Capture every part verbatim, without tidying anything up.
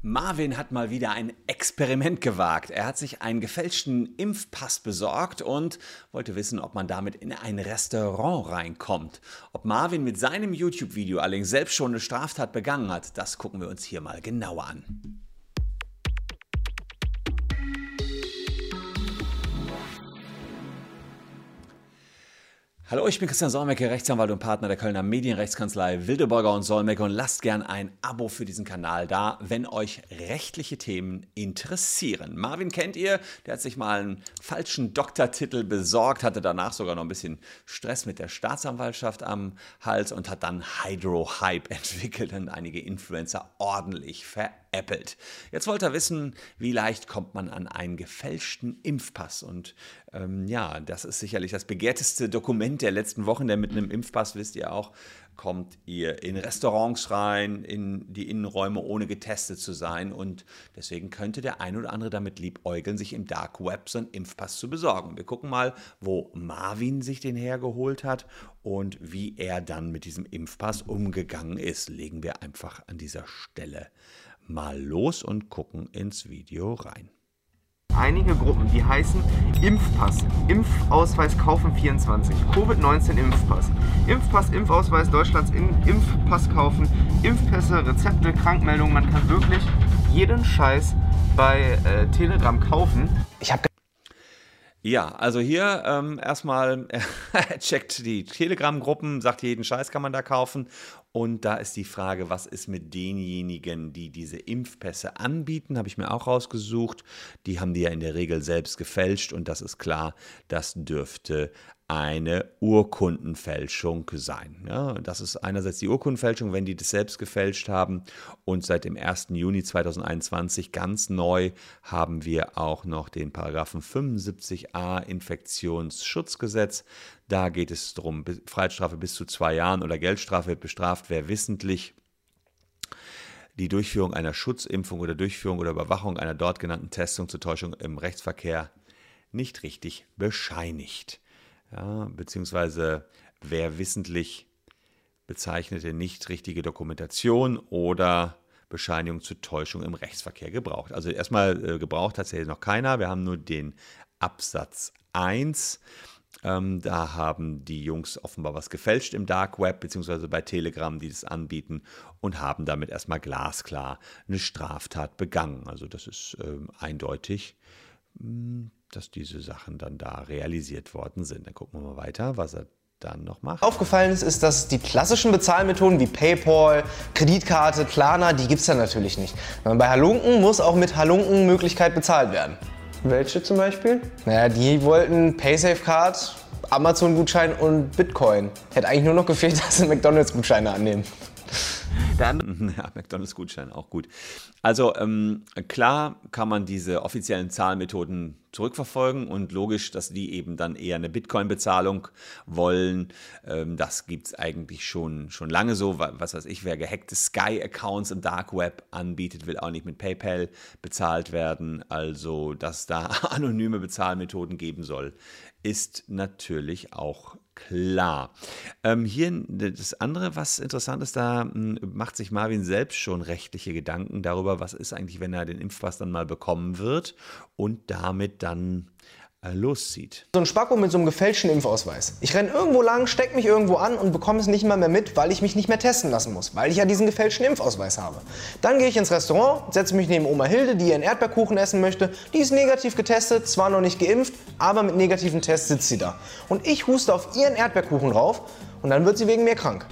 Marvin hat mal wieder ein Experiment gewagt. Er hat sich einen gefälschten Impfpass besorgt und wollte wissen, ob man damit in ein Restaurant reinkommt. Ob Marvin mit seinem YouTube-Video allerdings selbst schon eine Straftat begangen hat, das gucken wir uns hier mal genauer an. Hallo, ich bin Christian Solmecke, Rechtsanwalt und Partner der Kölner Medienrechtskanzlei Wildeborger und Solmecke und lasst gern ein Abo für diesen Kanal da, wenn euch rechtliche Themen interessieren. Marvin kennt ihr, der hat sich mal einen falschen Doktortitel besorgt, hatte danach sogar noch ein bisschen Stress mit der Staatsanwaltschaft am Hals und hat dann Hydro-Hype entwickelt und einige Influencer ordentlich veräppelt. Jetzt wollte er wissen, wie leicht kommt man an einen gefälschten Impfpass und ähm, ja, das ist sicherlich das begehrteste Dokument der letzten Wochen, denn mit einem Impfpass, wisst ihr auch, kommt ihr in Restaurants rein, in die Innenräume, ohne getestet zu sein. Und deswegen könnte der ein oder andere damit liebäugeln, sich im Dark Web so einen Impfpass zu besorgen. Wir gucken mal, wo Marvin sich den hergeholt hat und wie er dann mit diesem Impfpass umgegangen ist. Legen wir einfach an dieser Stelle mal los und gucken ins Video rein. Einige Gruppen, die heißen Impfpass, Impfausweis kaufen vierundzwanzig, Covid neunzehn Impfpass, Impfpass, Impfausweis Deutschlands, in Impfpass kaufen, Impfpässe, Rezepte, Krankmeldungen. Man kann wirklich jeden Scheiß bei äh, Telegram kaufen. Ich habe Ja, also hier ähm, erstmal, er checkt die Telegram-Gruppen, sagt, jeden Scheiß kann man da kaufen. Und da ist die Frage, was ist mit denjenigen, die diese Impfpässe anbieten, habe ich mir auch rausgesucht. Die haben die ja in der Regel selbst gefälscht und das ist klar, das dürfte eine Urkundenfälschung sein. Ja, das ist einerseits die Urkundenfälschung, wenn die das selbst gefälscht haben, und seit dem ersten Juni zweitausendeinundzwanzig ganz neu haben wir auch noch den Paragraphen fünfundsiebzig a Infektionsschutzgesetz. Da geht es darum, Freiheitsstrafe bis zu zwei Jahren oder Geldstrafe wird bestraft, wer wissentlich die Durchführung einer Schutzimpfung oder Durchführung oder Überwachung einer dort genannten Testung zur Täuschung im Rechtsverkehr nicht richtig bescheinigt. Ja, beziehungsweise wer wissentlich bezeichnete nicht richtige Dokumentation oder Bescheinigung zur Täuschung im Rechtsverkehr gebraucht. Also erstmal äh, gebraucht hat es ja noch keiner. Wir haben nur den Absatz eins. Ähm, da haben die Jungs offenbar was gefälscht im Dark Web, beziehungsweise bei Telegram, die das anbieten, und haben damit erstmal glasklar eine Straftat begangen. Also das ist ähm, eindeutig, mh, dass diese Sachen dann da realisiert worden sind. Dann gucken wir mal weiter, was er dann noch macht. Aufgefallen ist, ist, dass die klassischen Bezahlmethoden wie PayPal, Kreditkarte, Klarna, die gibt es da natürlich nicht. Bei Halunken muss auch mit Halunken-Möglichkeit bezahlt werden. Welche zum Beispiel? Naja, die wollten PaySafeCard, Amazon-Gutschein und Bitcoin. Hätte eigentlich nur noch gefehlt, dass sie McDonalds-Gutscheine annehmen. Ja, McDonalds-Gutschein, auch gut. Also ähm, klar kann man diese offiziellen Zahlmethoden zurückverfolgen und logisch, dass die eben dann eher eine Bitcoin-Bezahlung wollen. Ähm, das gibt es eigentlich schon, schon lange so. Was weiß ich, wer gehackte Sky-Accounts im Dark Web anbietet, will auch nicht mit PayPal bezahlt werden. Also, dass da anonyme Bezahlmethoden geben soll, ist natürlich auch klar. Ähm, hier das andere, was interessant ist, da mh, macht sich Marvin selbst schon rechtliche Gedanken darüber, was ist eigentlich, wenn er den Impfpass dann mal bekommen wird und damit dann äh, loszieht. So ein Spacko mit so einem gefälschten Impfausweis. Ich renne irgendwo lang, stecke mich irgendwo an und bekomme es nicht mal mehr mit, weil ich mich nicht mehr testen lassen muss, weil ich ja diesen gefälschten Impfausweis habe. Dann gehe ich ins Restaurant, setze mich neben Oma Hilde, die ihren Erdbeerkuchen essen möchte. Die ist negativ getestet, zwar noch nicht geimpft, aber mit negativen Tests sitzt sie da. Und ich huste auf ihren Erdbeerkuchen rauf und dann wird sie wegen mir krank.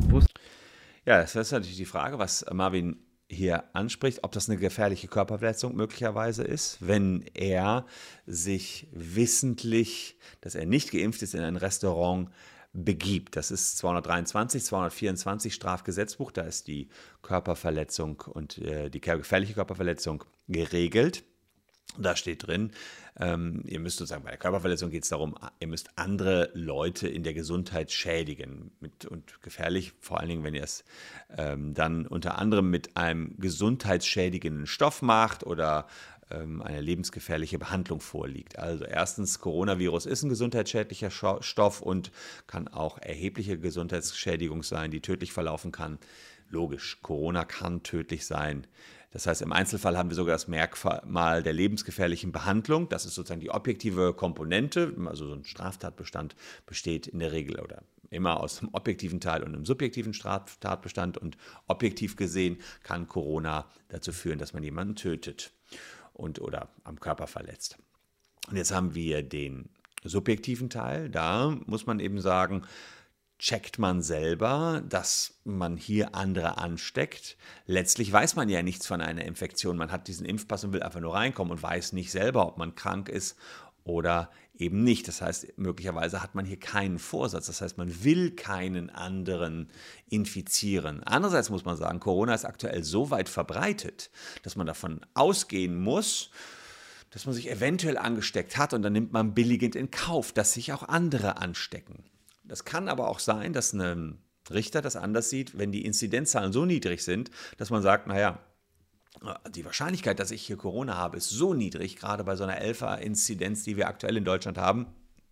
Ja, das ist natürlich die Frage, was Marvin hier anspricht, ob das eine gefährliche Körperverletzung möglicherweise ist, wenn er sich wissentlich, dass er nicht geimpft ist, in ein Restaurant begibt. Das ist zweihundertdreiundzwanzig, zweihundertvierundzwanzig Strafgesetzbuch, da ist die Körperverletzung und äh, die gefährliche Körperverletzung geregelt. Da steht drin, ähm, ihr müsst sozusagen, bei der Körperverletzung geht es darum, ihr müsst andere Leute in der Gesundheit schädigen. Mit, und gefährlich, vor allen Dingen, wenn ihr es ähm, dann unter anderem mit einem gesundheitsschädigenden Stoff macht oder ähm, eine lebensgefährliche Behandlung vorliegt. Also erstens, Coronavirus ist ein gesundheitsschädlicher Stoff und kann auch erhebliche Gesundheitsschädigung sein, die tödlich verlaufen kann. Logisch, Corona kann tödlich sein. Das heißt, im Einzelfall haben wir sogar das Merkmal der lebensgefährlichen Behandlung. Das ist sozusagen die objektive Komponente. Also so ein Straftatbestand besteht in der Regel oder immer aus einem objektiven Teil und einem subjektiven Straftatbestand. Und objektiv gesehen kann Corona dazu führen, dass man jemanden tötet und oder am Körper verletzt. Und jetzt haben wir den subjektiven Teil. Da muss man eben sagen, checkt man selber, dass man hier andere ansteckt. Letztlich weiß man ja nichts von einer Infektion. Man hat diesen Impfpass und will einfach nur reinkommen und weiß nicht selber, ob man krank ist oder eben nicht. Das heißt, möglicherweise hat man hier keinen Vorsatz. Das heißt, man will keinen anderen infizieren. Andererseits muss man sagen, Corona ist aktuell so weit verbreitet, dass man davon ausgehen muss, dass man sich eventuell angesteckt hat und dann nimmt man billigend in Kauf, dass sich auch andere anstecken. Das kann aber auch sein, dass ein Richter das anders sieht, wenn die Inzidenzzahlen so niedrig sind, dass man sagt, naja, die Wahrscheinlichkeit, dass ich hier Corona habe, ist so niedrig, gerade bei so einer Elfer-Inzidenz, die wir aktuell in Deutschland haben.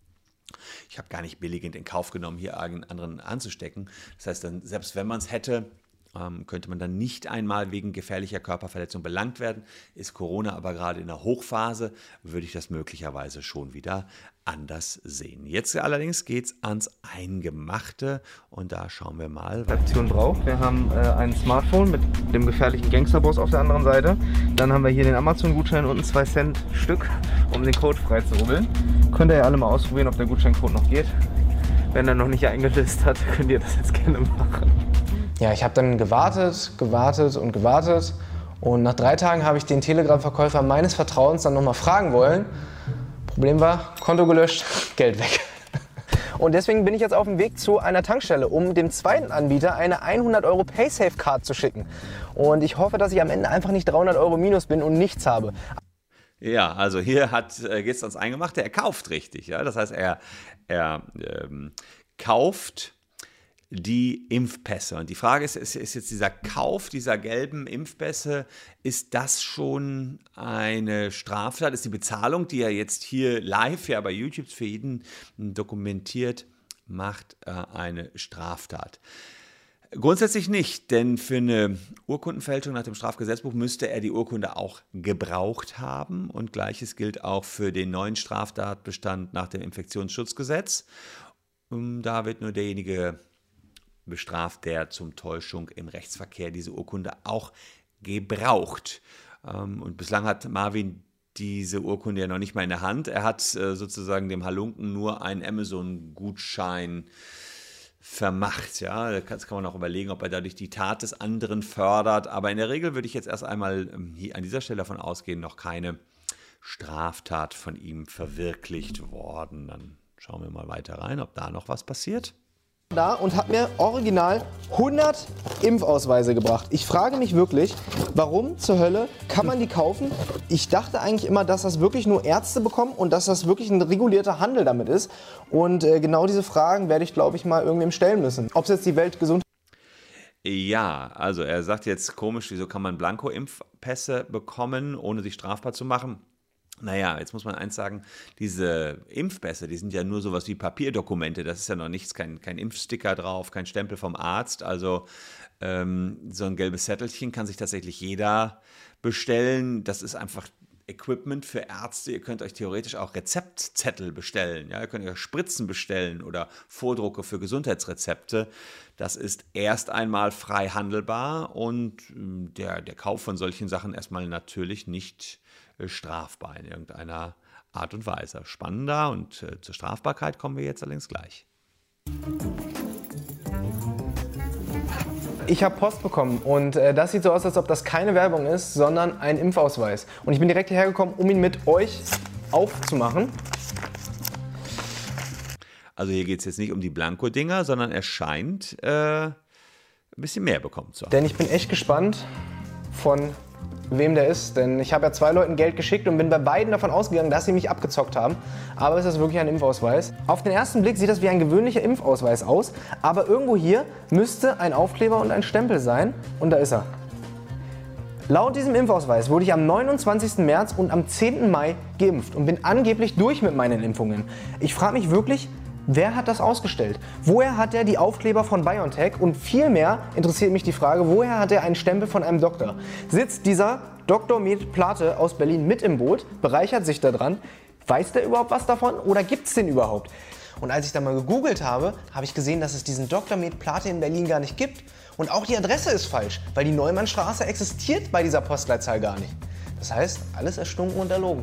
Ich habe gar nicht billigend in Kauf genommen, hier einen anderen anzustecken. Das heißt, dann, selbst wenn man es hätte, ähm, könnte man dann nicht einmal wegen gefährlicher Körperverletzung belangt werden. Ist Corona aber gerade in der Hochphase, würde ich das möglicherweise schon wieder anders sehen. Jetzt allerdings geht es ans Eingemachte und da schauen wir mal. Option braucht. Wir haben äh, ein Smartphone mit dem gefährlichen Gangsterboss auf der anderen Seite. Dann haben wir hier den Amazon-Gutschein und ein zwei Cent Stück, um den Code frei zu rubbeln. Könnt ihr ja alle mal ausprobieren, ob der Gutscheincode noch geht. Wenn er noch nicht eingelöst hat, könnt ihr das jetzt gerne machen. Ja, ich habe dann gewartet, gewartet und gewartet. Und nach drei Tagen habe ich den Telegram-Verkäufer meines Vertrauens dann nochmal fragen wollen. Problem war, Konto gelöscht, Geld weg. Und deswegen bin ich jetzt auf dem Weg zu einer Tankstelle, um dem zweiten Anbieter eine hundert Euro Paysafe-Card zu schicken. Und ich hoffe, dass ich am Ende einfach nicht dreihundert Euro minus bin und nichts habe. Ja, also hier hat äh, geht es ans Eingemachte, er kauft richtig. Ja? Das heißt, er, er ähm, kauft die Impfpässe. Und die Frage ist, ist, ist jetzt dieser Kauf dieser gelben Impfpässe, ist das schon eine Straftat? Ist die Bezahlung, die er jetzt hier live ja bei YouTube für jeden dokumentiert macht, äh, eine Straftat? Grundsätzlich nicht, denn für eine Urkundenfälschung nach dem Strafgesetzbuch müsste er die Urkunde auch gebraucht haben. Und Gleiches gilt auch für den neuen Straftatbestand nach dem Infektionsschutzgesetz. Und da wird nur derjenige bestraft, der zum Täuschung im Rechtsverkehr diese Urkunde auch gebraucht. Und bislang hat Marvin diese Urkunde ja noch nicht mal in der Hand. Er hat sozusagen dem Halunken nur einen Amazon-Gutschein vermacht. Ja, das kann man auch überlegen, ob er dadurch die Tat des anderen fördert. Aber in der Regel würde ich jetzt erst einmal hier an dieser Stelle davon ausgehen, noch keine Straftat von ihm verwirklicht worden. Dann schauen wir mal weiter rein, ob da noch was passiert. Da und hat mir original hundert Impfausweise gebracht. Ich frage mich wirklich, warum zur Hölle kann man die kaufen? Ich dachte eigentlich immer, dass das wirklich nur Ärzte bekommen und dass das wirklich ein regulierter Handel damit ist. Und äh, genau diese Fragen werde ich, glaube ich, mal irgendwem stellen müssen. Ob es jetzt die Weltgesundheit... Ja, also er sagt jetzt komisch, wieso kann man Blanko-Impfpässe bekommen, ohne sich strafbar zu machen? Naja, jetzt muss man eins sagen, diese Impfpässe, die sind ja nur sowas wie Papierdokumente, das ist ja noch nichts, kein, kein Impfsticker drauf, kein Stempel vom Arzt, also ähm, so ein gelbes Zettelchen kann sich tatsächlich jeder bestellen, das ist einfach Equipment für Ärzte, ihr könnt euch theoretisch auch Rezeptzettel bestellen, ja? Ihr könnt euch Spritzen bestellen oder Vordrucke für Gesundheitsrezepte, das ist erst einmal frei handelbar und der, der Kauf von solchen Sachen erstmal natürlich nicht strafbar in irgendeiner Art und Weise. Spannender und äh, zur Strafbarkeit kommen wir jetzt allerdings gleich. Ich habe Post bekommen und äh, das sieht so aus, als ob das keine Werbung ist, sondern ein Impfausweis. Und ich bin direkt hierher gekommen, um ihn mit euch aufzumachen. Also hier geht es jetzt nicht um die Blanko-Dinger, sondern er scheint äh, ein bisschen mehr bekommen zu haben. Denn ich bin echt gespannt, von wem der ist, denn ich habe ja zwei Leuten Geld geschickt und bin bei beiden davon ausgegangen, dass sie mich abgezockt haben. Aber es ist wirklich ein Impfausweis. Auf den ersten Blick sieht das wie ein gewöhnlicher Impfausweis aus, aber irgendwo hier müsste ein Aufkleber und ein Stempel sein und da ist er. Laut diesem Impfausweis wurde ich am neunundzwanzigsten März und am zehnten Mai geimpft und bin angeblich durch mit meinen Impfungen. Ich frage mich wirklich, Wer hat das ausgestellt? Woher hat er die Aufkleber von BioNTech? Und vielmehr interessiert mich die Frage, woher hat er einen Stempel von einem Doktor? Sitzt dieser Doktor Med Plate aus Berlin mit im Boot, bereichert sich daran? Weiß der überhaupt was davon oder gibt es den überhaupt? Und als ich da mal gegoogelt habe, habe ich gesehen, dass es diesen Doktor Med Plate in Berlin gar nicht gibt. Und auch die Adresse ist falsch, weil die Neumannstraße existiert bei dieser Postleitzahl gar nicht. Das heißt, alles erstunken und erlogen.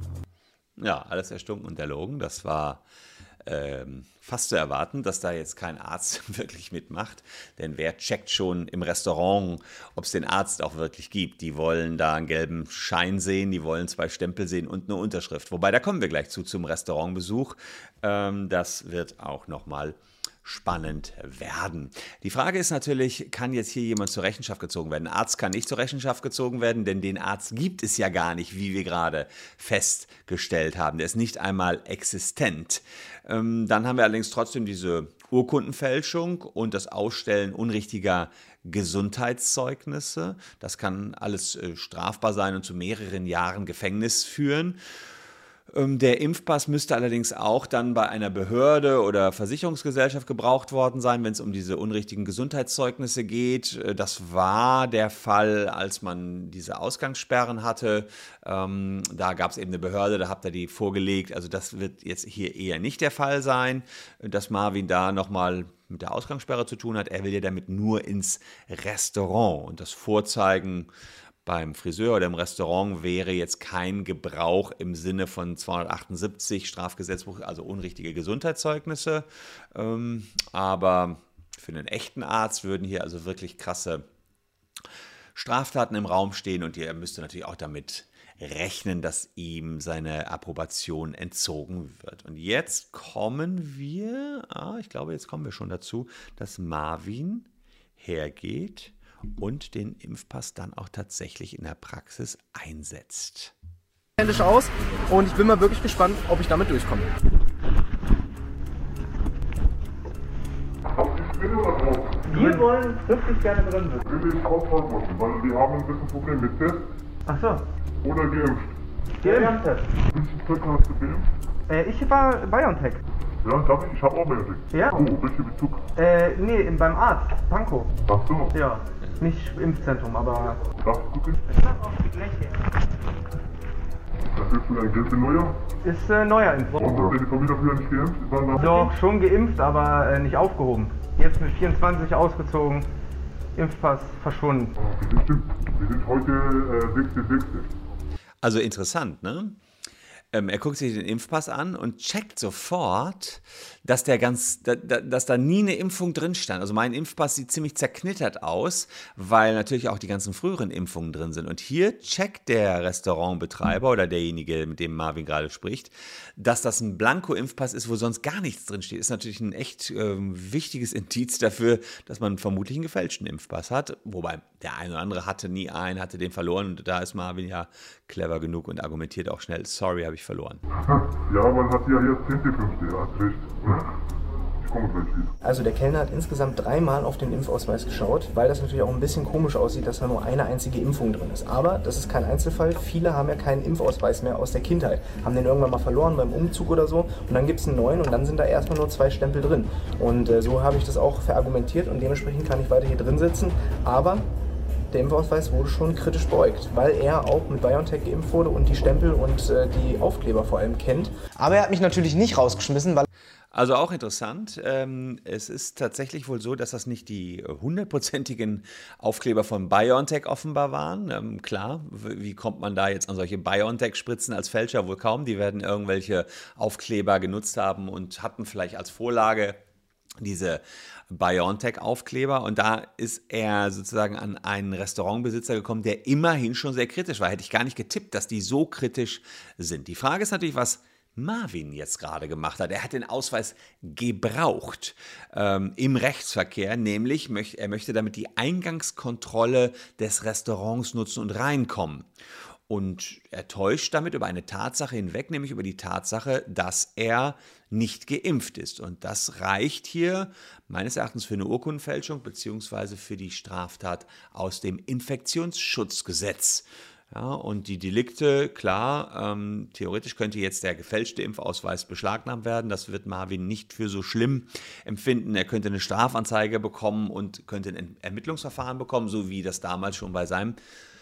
Ja, alles erstunken und erlogen. Das war ähm, fast zu erwarten, dass da jetzt kein Arzt wirklich mitmacht. Denn wer checkt schon im Restaurant, ob es den Arzt auch wirklich gibt? Die wollen da einen gelben Schein sehen, die wollen zwei Stempel sehen und eine Unterschrift. Wobei, da kommen wir gleich zu, zum Restaurantbesuch. Ähm, das wird auch nochmal spannend werden. Die Frage ist natürlich, kann jetzt hier jemand zur Rechenschaft gezogen werden? Ein Arzt kann nicht zur Rechenschaft gezogen werden, denn den Arzt gibt es ja gar nicht, wie wir gerade festgestellt haben. Der ist nicht einmal existent. Ähm, dann haben wir allerdings trotzdem diese Urkundenfälschung und das Ausstellen unrichtiger Gesundheitszeugnisse. Das kann alles äh, strafbar sein und zu mehreren Jahren Gefängnis führen. Der Impfpass müsste allerdings auch dann bei einer Behörde oder Versicherungsgesellschaft gebraucht worden sein, wenn es um diese unrichtigen Gesundheitszeugnisse geht. Das war der Fall, als man diese Ausgangssperren hatte. Ähm, da gab es eben eine Behörde, da habt ihr die vorgelegt. Also das wird jetzt hier eher nicht der Fall sein, dass Marvin da nochmal mit der Ausgangssperre zu tun hat. Er will ja damit nur ins Restaurant und das Vorzeigen beim Friseur oder im Restaurant wäre jetzt kein Gebrauch im Sinne von zweihundertachtundsiebzig Strafgesetzbuch, also unrichtige Gesundheitszeugnisse. Ähm, aber für einen echten Arzt würden hier also wirklich krasse Straftaten im Raum stehen und er müsste natürlich auch damit rechnen, dass ihm seine Approbation entzogen wird. Und jetzt kommen wir, ah, ich glaube, jetzt kommen wir schon dazu, dass Marvin hergeht und den Impfpass dann auch tatsächlich in der Praxis einsetzt. Händisch aus und ich bin mal wirklich gespannt, ob ich damit durchkomme. Wir wollen wirklich gerne drin sitzen. Will ich rausfahren müssen, weil wir haben ein bisschen Problem mit Test. Ach so. Oder geimpft. Geimpft. Welchen Zweck hast du geimpft? Äh, ich war BioNTech. Ja, darf ich? Ich habe auch BioNTech. Ja? Oh, welcher Bezug? Äh, nee, beim Arzt. Pankow. Ach so. Ja. Nicht Impfzentrum, aber... Darf ich gucken? Ich mach auch die gleiche. Das ist für ein Geld neuer? Ist äh, neuer Impfung. Und hast du die Familie früher nicht geimpft? Wann hast du- Doch, schon geimpft, aber äh, nicht aufgehoben. Jetzt mit vierundzwanzig ausgezogen, Impfpass verschwunden. Oh, das stimmt. Wir sind heute äh, sechster sechster Also interessant, ne? Ähm, er guckt sich den Impfpass an und checkt sofort, dass, der ganz, da, da, dass da nie eine Impfung drin stand. Also mein Impfpass sieht ziemlich zerknittert aus, weil natürlich auch die ganzen früheren Impfungen drin sind. Und hier checkt der Restaurantbetreiber oder derjenige, mit dem Marvin gerade spricht, dass das ein Blanko-Impfpass ist, wo sonst gar nichts drin steht. Ist natürlich ein echt ähm, wichtiges Indiz dafür, dass man vermutlich einen gefälschten Impfpass hat. Wobei der eine oder andere hatte nie einen, hatte den verloren. Und da ist Marvin ja clever genug und argumentiert auch schnell, sorry, habe ich verloren. Ja, man hat ja jetzt zehnte fünfte Hat recht. Ich komme gleich wieder. Also der Kellner hat insgesamt dreimal auf den Impfausweis geschaut, weil das natürlich auch ein bisschen komisch aussieht, dass da nur eine einzige Impfung drin ist. Aber das ist kein Einzelfall. Viele haben ja keinen Impfausweis mehr aus der Kindheit. Haben den irgendwann mal verloren beim Umzug oder so. Und dann gibt es einen neuen und dann sind da erstmal nur zwei Stempel drin. Und äh, so habe ich das auch verargumentiert und dementsprechend kann ich weiter hier drin sitzen. Aber der Impfausweis wurde schon kritisch beäugt, weil er auch mit BioNTech geimpft wurde und die Stempel und äh, die Aufkleber vor allem kennt. Aber er hat mich natürlich nicht rausgeschmissen, weil... Also auch interessant. Ähm, es ist tatsächlich wohl so, dass das nicht die hundertprozentigen Aufkleber von BioNTech offenbar waren. Ähm, klar, wie kommt man da jetzt an solche BioNTech-Spritzen als Fälscher? Wohl kaum. Die werden irgendwelche Aufkleber genutzt haben und hatten vielleicht als Vorlage diese BioNTech-Aufkleber und da ist er sozusagen an einen Restaurantbesitzer gekommen, der immerhin schon sehr kritisch war. Hätte ich gar nicht getippt, dass die so kritisch sind. Die Frage ist natürlich, was Marvin jetzt gerade gemacht hat. Er hat den Ausweis gebraucht ähm, im Rechtsverkehr, nämlich möcht, er möchte damit die Eingangskontrolle des Restaurants nutzen und reinkommen. Und er täuscht damit über eine Tatsache hinweg, nämlich über die Tatsache, dass er nicht geimpft ist. Und das reicht hier meines Erachtens für eine Urkundenfälschung beziehungsweise für die Straftat aus dem Infektionsschutzgesetz. Ja, und die Delikte, klar, ähm, theoretisch könnte jetzt der gefälschte Impfausweis beschlagnahmt werden. Das wird Marvin nicht für so schlimm empfinden. Er könnte eine Strafanzeige bekommen und könnte ein Ermittlungsverfahren bekommen, so wie das damals schon bei seinem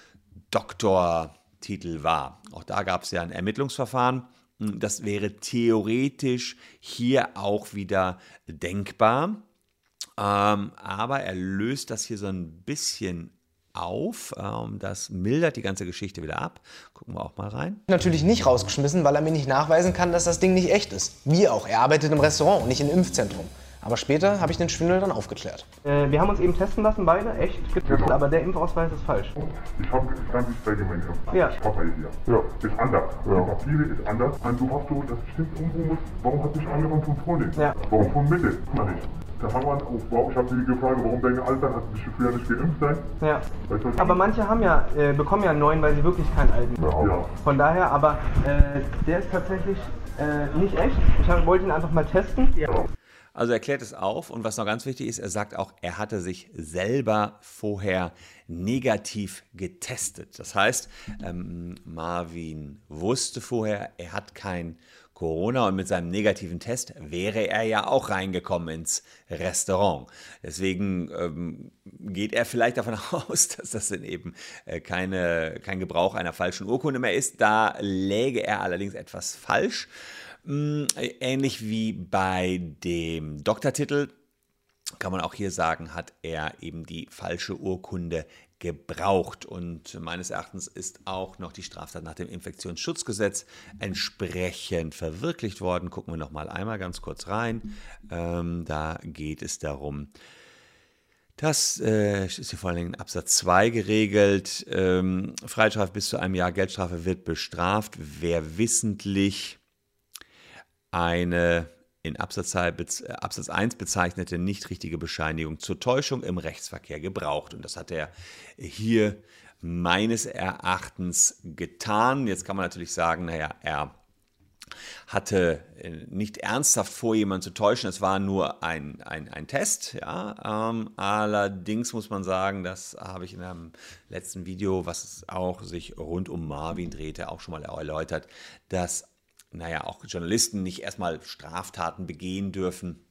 Doktortitel war. Auch da gab es ja ein Ermittlungsverfahren. Das wäre theoretisch hier auch wieder denkbar. Ähm, aber er löst das hier so ein bisschen auf. Ähm, das mildert die ganze Geschichte wieder ab. Gucken wir auch mal rein. Natürlich nicht rausgeschmissen, weil er mir nicht nachweisen kann, dass das Ding nicht echt ist. Wie auch, er arbeitet im Restaurant und nicht im Impfzentrum. Aber später habe ich den Schwindel dann aufgeklärt. Äh, wir haben uns eben testen lassen, beide, echt getestet, Genau. aber der Impfausweis ist falsch. Ich habe dieses ganze Regiment. Ja. Papa hier. Ja. Ist anders. Ja. Die Papiere ist anders. Und du hast so, das stimmt irgendwo mit, warum hat sich angefangen von vorne? Ja. Warum von Mitte? Man nicht. Da haben wir auf, wow, ich habe sie gefragt, warum deine Eltern hat sich früher nicht geimpft sein? Ja. Weißt du, was Aber manche haben ja, äh, bekommen ja einen neuen, weil sie wirklich keinen alten haben. ja. Von daher, aber äh, der ist tatsächlich äh, nicht echt. Ich hab, wollte ihn einfach mal testen. Ja. Also er klärt es auf und was noch ganz wichtig ist, er sagt auch, er hatte sich selber vorher negativ getestet. Das heißt, ähm, Marvin wusste vorher, er hat kein Corona und mit seinem negativen Test wäre er ja auch reingekommen ins Restaurant. Deswegen ähm, geht er vielleicht davon aus, dass das dann eben äh, keine, kein Gebrauch einer falschen Urkunde mehr ist. Da läge er allerdings etwas falsch. Ähnlich wie bei dem Doktortitel kann man auch hier sagen, hat er eben die falsche Urkunde gebraucht. Und meines Erachtens ist auch noch die Straftat nach dem Infektionsschutzgesetz entsprechend verwirklicht worden. Gucken wir noch mal einmal ganz kurz rein. Ähm, da geht es darum, das äh, ist hier vor allem in Absatz zwei geregelt. Ähm, Freiheitsstrafe bis zu einem Jahr Geldstrafe wird bestraft, wer wissentlich eine in Absatz eins bezeichnete nicht richtige Bescheinigung zur Täuschung im Rechtsverkehr gebraucht. Und das hat er hier meines Erachtens getan. Jetzt kann man natürlich sagen, naja, er hatte nicht ernsthaft vor, jemanden zu täuschen. Es war nur ein, ein, ein Test. Ja. Ähm, allerdings muss man sagen, das habe ich in einem letzten Video, was auch sich rund um Marvin drehte, auch schon mal erläutert, dass naja, auch Journalisten nicht erstmal Straftaten begehen dürfen,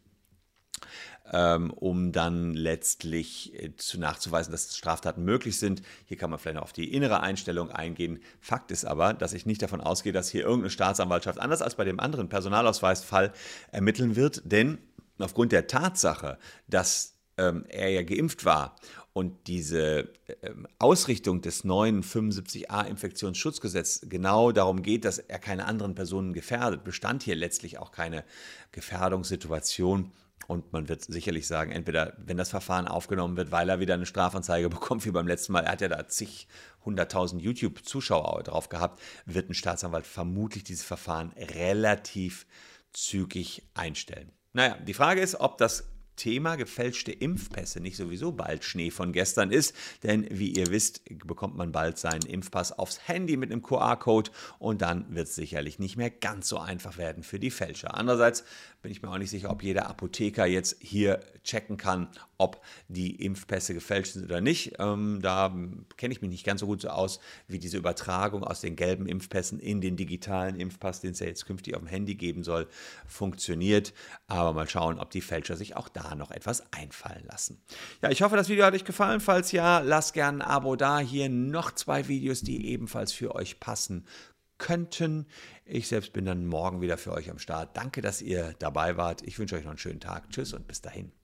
ähm, um dann letztlich äh, zu nachzuweisen, dass Straftaten möglich sind. Hier kann man vielleicht noch auf die innere Einstellung eingehen. Fakt ist aber, dass ich nicht davon ausgehe, dass hier irgendeine Staatsanwaltschaft, anders als bei dem anderen Personalausweisfall, ermitteln wird, denn aufgrund der Tatsache, dass ähm, er ja geimpft war und diese ähm, Ausrichtung des neuen fünfundsiebzig a Infektionsschutzgesetzes genau darum geht, dass er keine anderen Personen gefährdet, bestand hier letztlich auch keine Gefährdungssituation. Und man wird sicherlich sagen, entweder, wenn das Verfahren aufgenommen wird, weil er wieder eine Strafanzeige bekommt, wie beim letzten Mal, er hat ja da zig, hunderttausend YouTube-Zuschauer drauf gehabt, wird ein Staatsanwalt vermutlich dieses Verfahren relativ zügig einstellen. Naja, die Frage ist, ob das Thema gefälschte Impfpässe nicht sowieso bald Schnee von gestern ist, denn wie ihr wisst, bekommt man bald seinen Impfpass aufs Handy mit einem Q R-Code und dann wird es sicherlich nicht mehr ganz so einfach werden für die Fälscher. Andererseits bin ich mir auch nicht sicher, ob jeder Apotheker jetzt hier checken kann, ob die Impfpässe gefälscht sind oder nicht. Ähm, da kenne ich mich nicht ganz so gut so aus, wie diese Übertragung aus den gelben Impfpässen in den digitalen Impfpass, den es ja jetzt künftig auf dem Handy geben soll, funktioniert. Aber mal schauen, ob die Fälscher sich auch da noch etwas einfallen lassen. Ja, ich hoffe, das Video hat euch gefallen. Falls ja, lasst gerne ein Abo da. Hier noch zwei Videos, die ebenfalls für euch passen könnten. Ich selbst bin dann morgen wieder für euch am Start. Danke, dass ihr dabei wart. Ich wünsche euch noch einen schönen Tag. Tschüss und bis dahin.